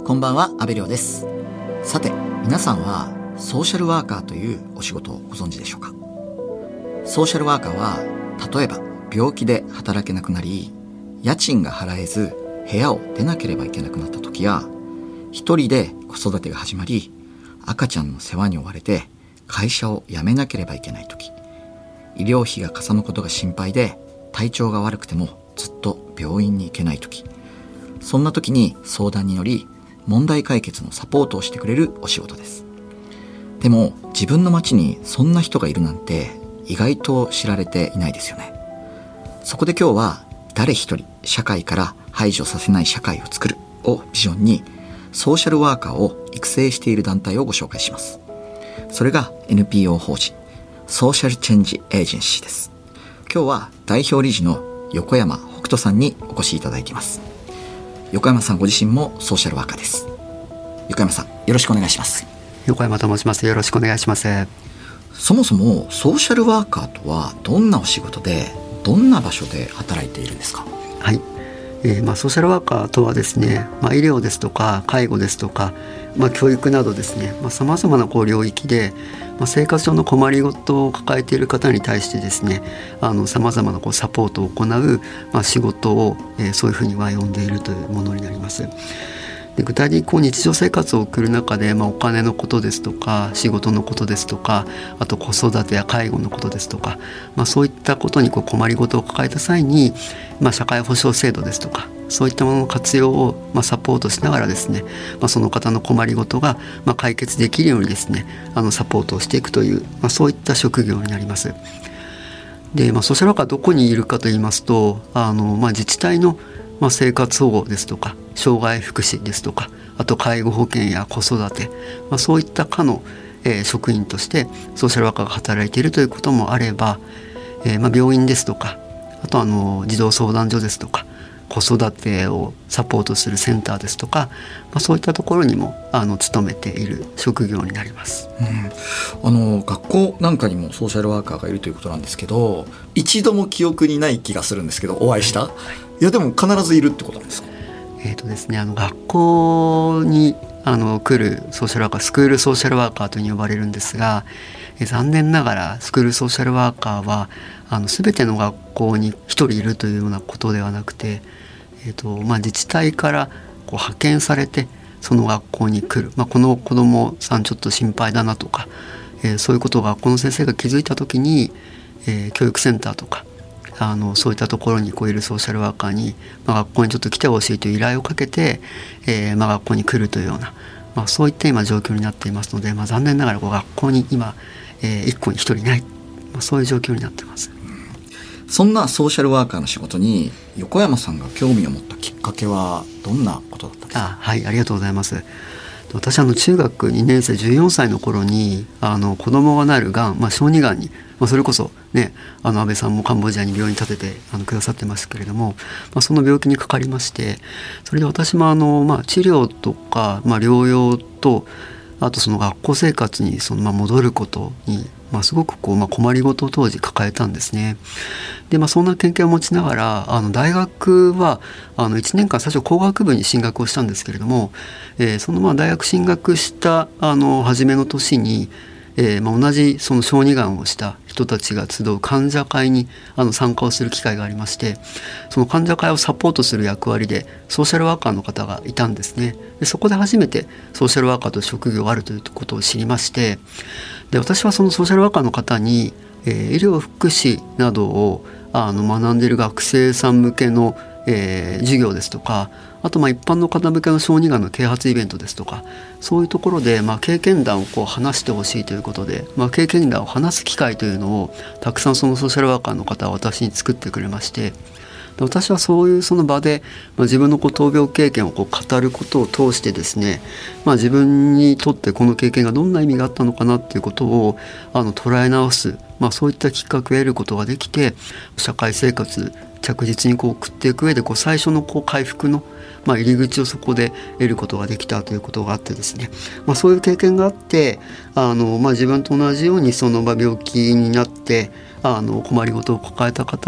こんばんは、阿部亮です。さて、皆さんはソーシャルワーカーというお仕事をご存知でしょうか。ソーシャルワーカーは、例えば病気で働けなくなり、家賃が払えず部屋を出なければいけなくなった時や、一人で子育てが始まり、赤ちゃんの世話に追われて会社を辞めなければいけない時、医療費がかさむことが心配で体調が悪くてもずっと病院に行けない時、そんな時に相談に乗り、問題解決のサポートをしてくれるお仕事です。でも自分の街にそんな人がいるなんて意外と知られていないですよね。そこで今日は、誰一人社会から排除させない社会を作るをビジョンに、ソーシャルワーカーを育成している団体をご紹介します。それが NPO 法人ソーシャルチェンジエージェンシーです。今日は代表理事の横山北斗さんにお越しいただいています。横山さんご自身もソーシャルワーカーです。横山さん、よろしくお願いします。 横山と申します。よろしくお願いします。 そもそもソーシャルワーカーとはどんなお仕事で、どんな場所で働いているんですか？ はい、ソーシャルワーカーとはですね、医療ですとか介護ですとか、教育などですね、さまざまな領域で、生活上の困りごとを抱えている方に対してですね、さまざまなサポートを行う、仕事を、そういうふうには呼んでいるというものになります。で、具体的に日常生活を送る中で、お金のことですとか仕事のことですとか、あと子育てや介護のことですとか、そういったことに困りごとを抱えた際に、社会保障制度ですとか、そういったものの活用をサポートしながらですね、その方の困りごとが解決できるようにですね、サポートをしていくという、そういった職業になります。で、ソーシャルワーカーはどこにいるかといいますと、自治体の生活保護ですとか障害福祉ですとか、あと介護保険や子育て、そういった課の、職員としてソーシャルワーカーが働いているということもあれば、病院ですとか、あと児童相談所ですとか、子育てをサポートするセンターですとか、そういったところにも勤めている職業になります。 学校なんかにもソーシャルワーカーがいるということなんですけど、一度も記憶にない気がするんですけど、お会いした？いや、でも必ずいるってことなんですか？ ですね、学校に来るソーシャルワーカー、スクールソーシャルワーカーと呼ばれるんですが、残念ながらスクールソーシャルワーカーは全ての学校に一人いるというようなことではなくて、自治体から派遣されてその学校に来る、この子どもさんちょっと心配だなとか、そういうことを学校の先生が気づいた時に、教育センターとかそういったところにいるソーシャルワーカーに、学校にちょっと来てほしいという依頼をかけて、学校に来るというような、そういった今状況になっていますので、残念ながら学校に今、一校に一人いない、そういう状況になっています。 そんなソーシャルワーカーの仕事に横山さんが興味を持ったきっかけはどんなことだったんですか？ はい、ありがとうございます。私中学2年生14歳の頃に子供がなるがん、小児がんに、それこそね、安倍さんもカンボジアに病院建ててくださってますけれども、その病気にかかりまして、それで私も治療とか、療養と、あとその学校生活に戻ることに、すごく困りごとを当時抱えたんですね。で、そんな経験を持ちながら大学は1年間最初工学部に進学をしたんですけれども、その大学進学した初めの年に、同じその小児がんをした人たちが集う患者会に参加をする機会がありまして、その患者会をサポートする役割でソーシャルワーカーの方がいたんですね。で、そこで初めてソーシャルワーカーという職業があるということを知りまして、で、私はそのソーシャルワーカーの方に、医療福祉などを学んでいる学生さん向けの、授業ですとか、あと一般の方向けの小児がんの啓発イベントですとか、そういうところで経験談を話してほしいということで、経験談を話す機会というのをたくさんそのソーシャルワーカーの方は私に作ってくれまして、私はそういうその場で、自分の闘病経験を語ることを通してですね、自分にとってこの経験がどんな意味があったのかなっていうことを捉え直す、そういったきっかけを得ることができて、社会生活着実に送っていく上で最初の回復の入り口をそこで得ることができたということがあってですね、そういう経験があって自分と同じようにその病気になって困りごとを抱えた方に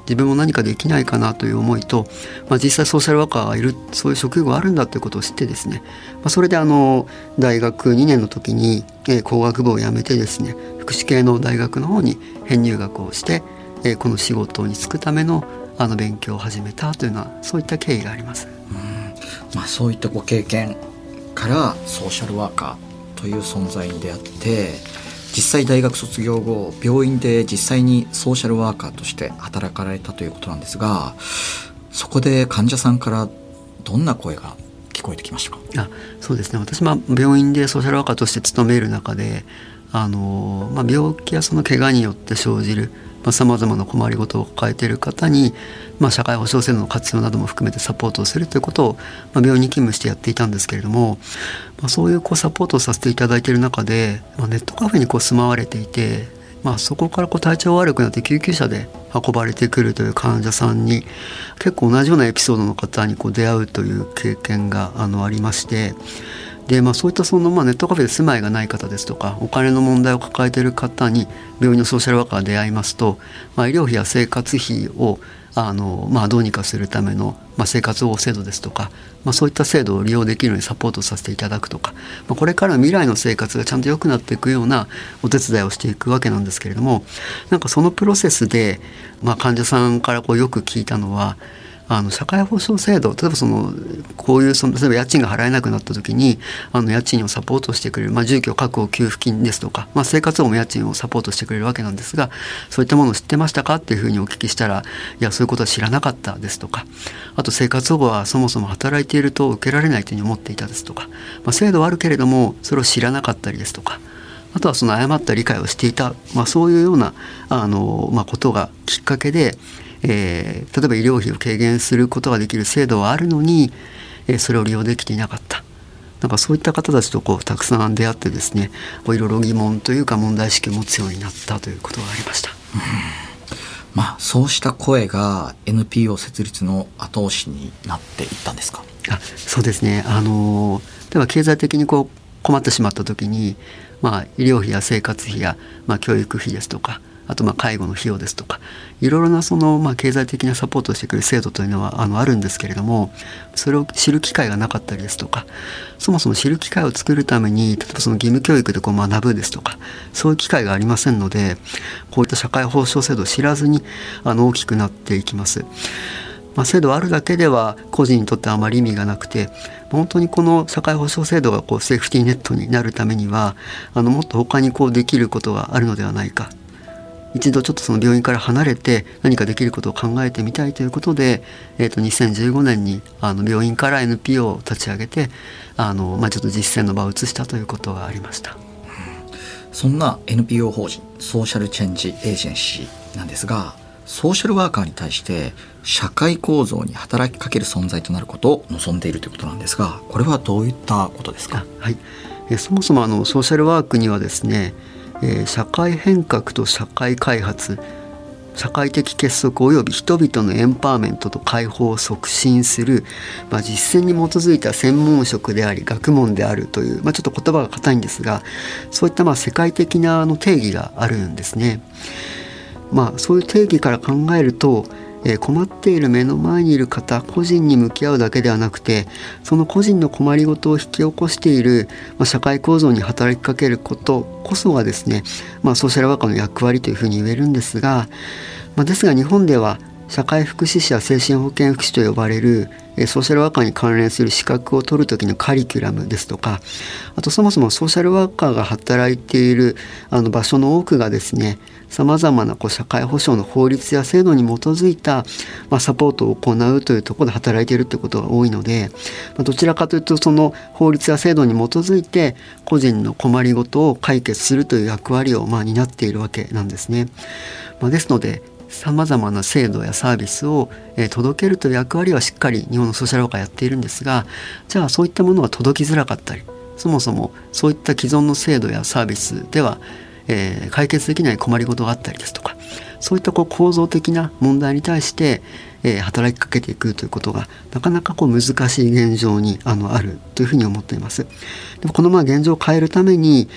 自分も何かできないかなという思いと、実際ソーシャルワーカーがいる、そういう職業があるんだということを知ってですね、それで大学2年の時に、工学部を辞めてですね、福祉系の大学の方に編入学をして、この仕事に就くための勉強を始めたというのは、そういった経緯があります。 そういったご経験からソーシャルワーカーという存在に出会って、実際大学卒業後病院で実際にソーシャルワーカーとして働かれたということなんですが、そこで患者さんからどんな声が聞こえてきましたか？ そうですね、私も病院でソーシャルワーカーとして勤める中で、病気やその怪我によって生じるさまざまな困りごとを抱えている方に、社会保障制度の活用なども含めてサポートをするということを、病院に勤務してやっていたんですけれども、そういうサポートをさせていただいている中で、ネットカフェに住まわれていて、そこから体調悪くなって救急車で運ばれてくるという患者さんに、結構同じようなエピソードの方に出会うという経験がありまして、でそういったネットカフェで住まいがない方ですとか、お金の問題を抱えている方に病院のソーシャルワーカーが出会いますと、医療費や生活費をどうにかするための、生活保護制度ですとか、そういった制度を利用できるようにサポートさせていただくとか、これから未来の生活がちゃんと良くなっていくようなお手伝いをしていくわけなんですけれども、そのプロセスで、患者さんからよく聞いたのは、社会保障制度、例えばこういう例えば家賃が払えなくなった時に家賃をサポートしてくれる、住居確保給付金ですとか、生活保護も家賃をサポートしてくれるわけなんですが、そういったものを知ってましたかっていうふうにお聞きしたら、いやそういうことは知らなかったですとか、あと生活保護はそもそも働いていると受けられないというふうに思っていたですとか、制度はあるけれどもそれを知らなかったりですとか、あとは誤った理解をしていた、そういうようなことがきっかけで、例えば医療費を軽減することができる制度はあるのに、それを利用できていなかった。そういった方たちとたくさん出会ってですね、いろいろ疑問というか問題意識を持つようになったということがありました。 そうした声が NPO 設立の後押しになっていったんですか？ そうですね、例えば経済的に困ってしまった時に、医療費や生活費や、教育費ですとか、あと介護の費用ですとか、いろいろな経済的なサポートをしてくれる制度というのはあるんですけれども、それを知る機会がなかったりですとか、そもそも知る機会を作るために、例えば義務教育で学ぶですとか、そういう機会がありませんので、こういった社会保障制度を知らずに大きくなっていきます。制度あるだけでは個人にとってあまり意味がなくて、本当にこの社会保障制度がセーフティーネットになるためには、もっと他にできることがあるのではないか、一度ちょっと病院から離れて何かできることを考えてみたいということで、2015年に病院から NPO を立ち上げてちょっと実践の場を移したということがありました。 そんな NPO 法人ソーシャルチェンジエージェンシーなんですが、ソーシャルワーカーに対して社会構造に働きかける存在となることを望んでいるということなんですが、これはどういったことですか？ そもそもソーシャルワークにはですね、社会変革と社会開発、社会的結束および人々のエンパワーメントと解放を促進する、実践に基づいた専門職であり学問であるという、ちょっと言葉が硬いんですが、そういった世界的な定義があるんですね。そういう定義から考えると、困っている目の前にいる方個人に向き合うだけではなくて、その個人の困りごとを引き起こしている、社会構造に働きかけることこそがですね、ソーシャルワーカーの役割というふうに言えるんですが、ですが日本では社会福祉士や精神保健福祉と呼ばれるソーシャルワーカーに関連する資格を取る時のカリキュラムですとか、あとそもそもソーシャルワーカーが働いている場所の多くがですね、さまざまな社会保障の法律や制度に基づいたサポートを行うというところで働いているということが多いので、どちらかというとその法律や制度に基づいて個人の困りごとを解決するという役割を担っているわけなんですね。ですのでさまざまな制度やサービスを届けるという役割はしっかり日本のソーシャルワーカーやっているんですが、じゃあそういったものが届きづらかったり、そもそもそういった既存の制度やサービスでは解決できない困りごとがあったりですとか、そういった構造的な問題に対して働きかけていくということがなかなか難しい現状にあるというふうに思っています。でもこの現状を変えるために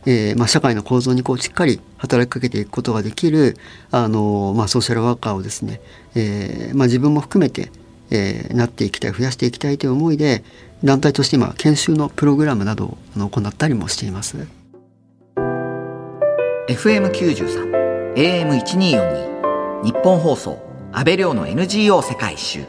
社会の構造にしっかり働きかけていくことができるソーシャルワーカーをですね、自分も含めて、なっていきたい、増やしていきたいという思いで団体として今研修のプログラムなどを行ったりもしています。 FM93 AM1242 日本放送安倍亮の NGO 世界一周。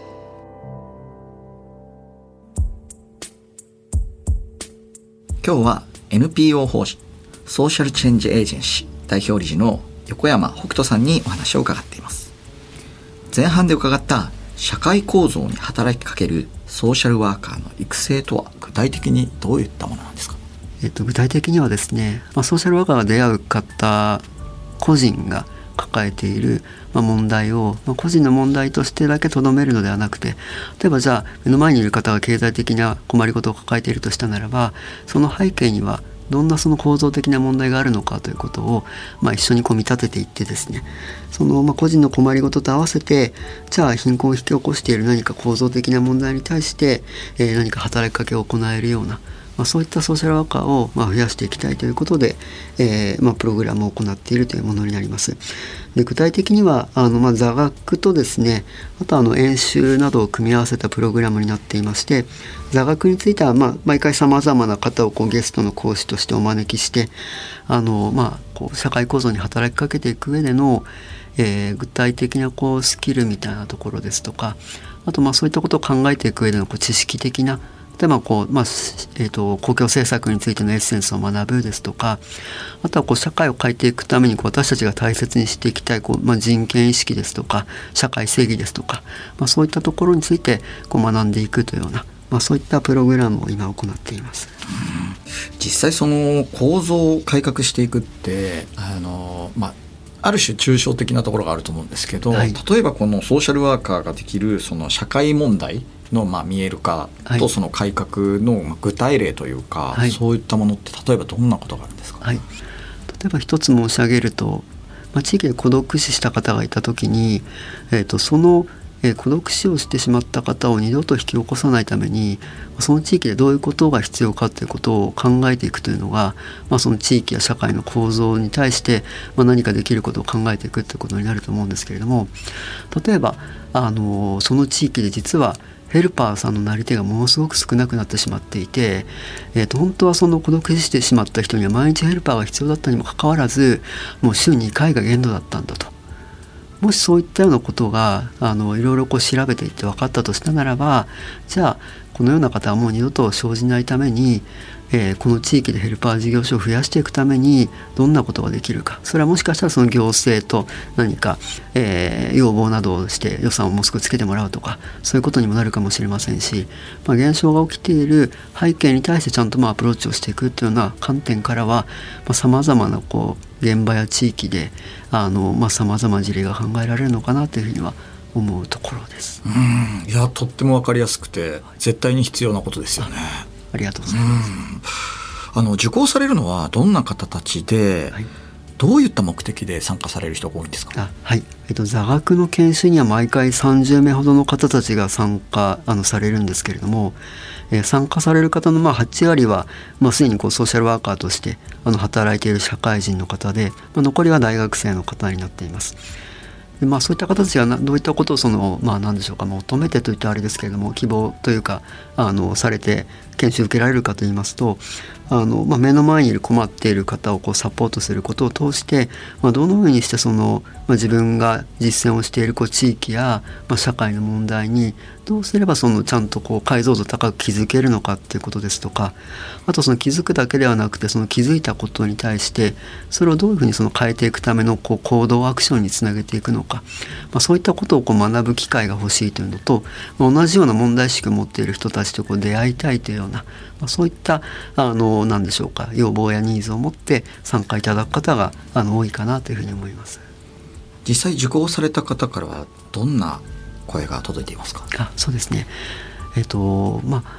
今日は NPO 法人ソーシャルチェンジエージェンシー代表理事の横山北斗さんにお話を伺っています。前半で伺った社会構造に働きかけるソーシャルワーカーの育成とは具体的にどういったものなんですか？ 具体的にはですね、ソーシャルワーカーが出会う方個人が抱えている問題を個人の問題としてだけとどめるのではなくて、例えばじゃあ目の前にいる方が経済的な困りごとを抱えているとしたならば、その背景にはどんなその構造的な問題があるのかということを一緒に見立てていってですね、その個人の困りごとと合わせて、じゃあ貧困を引き起こしている何か構造的な問題に対して、何か働きかけを行えるような、そういったソーシャルワーカーを増やしていきたいということで、プログラムを行っているというものになります。で、具体的には座学とですね、あと演習などを組み合わせたプログラムになっていまして、座学については毎回さまざまな方をゲストの講師としてお招きして社会構造に働きかけていく上での、具体的なスキルみたいなところですとか、あとそういったことを考えていく上での知識的な、例えば公共政策についてのエッセンスを学ぶですとか、あとは社会を変えていくために私たちが大切にしていきたい人権意識ですとか社会正義ですとか、そういったところについて学んでいくというような、そういったプログラムを今行っています。 実際その構造を改革していくってある種抽象的なところがあると思うんですけど、例えばこのソーシャルワーカーができるその社会問題の見える化とその改革の具体例というか、そういったものって例えばどんなことがあるんですか？ 例えば一つ申し上げると、地域で孤独死した方がいた時に、その孤独死をしてしまった方を二度と引き起こさないためにその地域でどういうことが必要かということを考えていくというのが、その地域や社会の構造に対して、何かできることを考えていくということになると思うんですけれども、例えばその地域で実はヘルパーさんのなり手がものすごく少なくなってしまっていて、本当はその孤独死してしまった人には毎日ヘルパーが必要だったにもかかわらず、もう週2回が限度だったんだと。もしそういったようなことがいろいろ調べていって分かったとしたならば、じゃあこのような方はもう二度と生じないために、この地域でヘルパー事業所を増やしていくためにどんなことができるか、それはもしかしたらその行政と何か、要望などをして予算をもう少しつけてもらうとか、そういうことにもなるかもしれませんし、現象が起きている背景に対してちゃんとアプローチをしていくというような観点からはさまざまな現場や地域でさまざまな事例が考えられるのかなというふうには思うところです。 いや、とっても分かりやすくて絶対に必要なことですよね。 ありがとうございます。 受講されるのはどんな方たちで、どういった目的で参加される人が多いんですか？ 座学の研修には毎回30名ほどの方たちが参加されるんですけれども、参加される方の8割はすでにソーシャルワーカーとして働いている社会人の方で、残りは大学生の方になっています。でそういった方たちがどういったことを何でしょうか、求めてといってあれですけれども、希望というかされて研修受けられるかといいますと、目の前にいる困っている方をサポートすることを通して、どのようにして自分が実践をしている地域や、社会の問題にどうすればちゃんと解像度高く気づけるのかっていうことですとか、あと気づくだけではなくて気づいたことに対してそれをどういうふうに変えていくための行動アクションにつなげていくのか、そういったことを学ぶ機会が欲しいというのと、同じような問題意識を持っている人たちと出会いたいというような、そういった何でしょうか、要望やニーズを持って参加いただく方が多いかなというふうに思います。 実際受講された方からはどんな声が届いていますか？ そうですね、一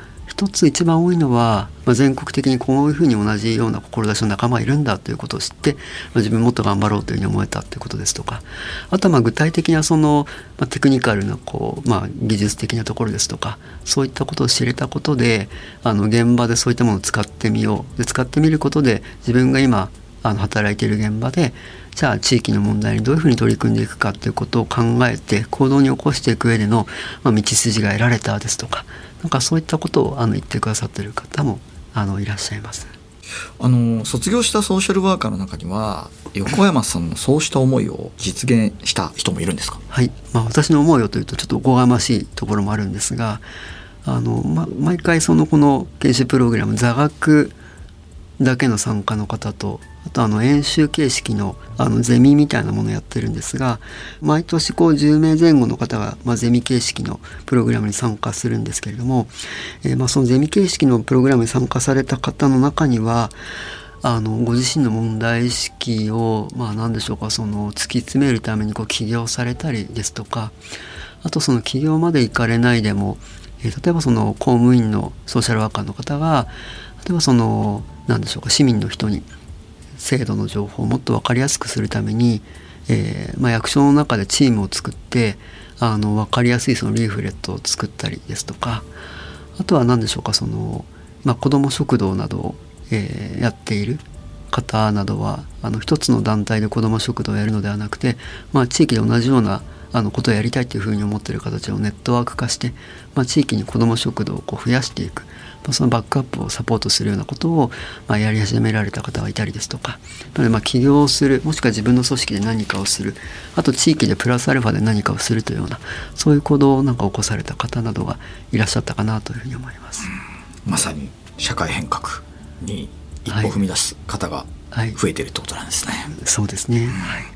一つ一番多いのは、全国的にこういうふうに同じような志の仲間がいるんだということを知って、自分もっと頑張ろうというふうに思えたということですとか、あとは具体的なテクニカルな技術的なところですとか、そういったことを知れたことで現場でそういったものを使ってみよう。で使ってみることで自分が今働いている現場でじゃあ地域の問題にどういうふうに取り組んでいくかということを考えて行動に起こしていく上での、道筋が得られたですとか、そういったことを言ってくださっている方もいらっしゃいます。 卒業したソーシャルワーカーの中には横山さんのそうした思いを実現した人もいるんですか？ はい、私の思いをというとちょっとおこがましいところもあるんですが、毎回この研修プログラム座学だけの参加の方と、あと演習形式のゼミみたいなものをやってるんですが、毎年10名前後の方が、ゼミ形式のプログラムに参加するんですけれども、そのゼミ形式のプログラムに参加された方の中にはご自身の問題意識を何でしょうか、突き詰めるために起業されたりですとか、あと起業まで行かれないでも、例えば公務員のソーシャルワーカーの方が例えば何でしょうか、市民の人に制度の情報をもっと分かりやすくするために、役所の中でチームを作って分かりやすいリーフレットを作ったりですとか、あとは何でしょうか、子ども食堂などを、やっている方などは一つの団体で子ども食堂をやるのではなくて、地域で同じようなことをやりたいというふうに思っている方たちをネットワーク化して、地域に子ども食堂を増やしていく、そのバックアップをサポートするようなことを、やり始められた方がいたりですとか、起業をする、もしくは自分の組織で何かをする、あと地域でプラスアルファで何かをするというような、そういう行動を起こされた方などがいらっしゃったかなというふうに思います。 まさに社会変革に一歩踏み出す方が増えているってことなんですね。 そうですね、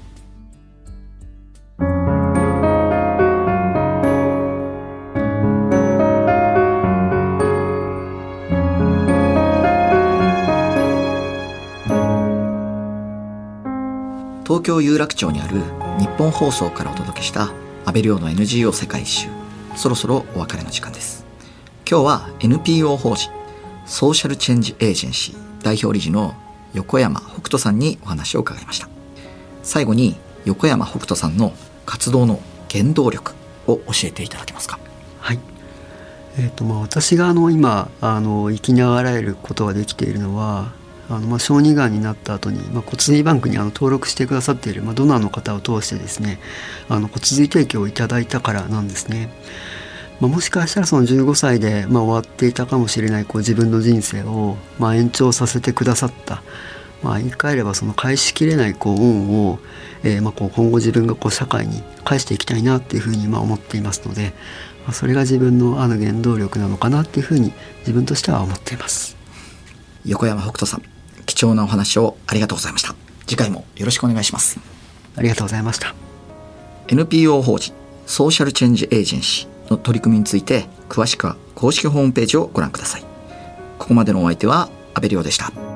東京有楽町にある日本放送からお届けした安倍亮の NGO 世界一周、そろそろお別れの時間です。今日は NPO 法人ソーシャルチェンジエージェンシー代表理事の横山北斗さんにお話を伺いました。最後に横山北斗さんの活動の原動力を教えていただけますか？ はい、私が今生きながらえることができているのは小児がんになった後に、骨髄バンクに登録してくださっている、ドナーの方を通してですね骨髄提供をいただいたからなんですね。もしかしたら15歳で、終わっていたかもしれない自分の人生を、延長させてくださった、言い換えれば返しきれない恩を、今後自分が社会に返していきたいなっていうふうに思っていますので、それが自分の原動力なのかなっていうふうに自分としては思っています。 横山北斗さん、貴重なお話をありがとうございました。次回もよろしくお願いします。 ありがとうございました。 NPO 法人ソーシャルチェンジエージェンシーの取り組みについて詳しくは公式ホームページをご覧ください。ここまでのお相手は安倍亮でした。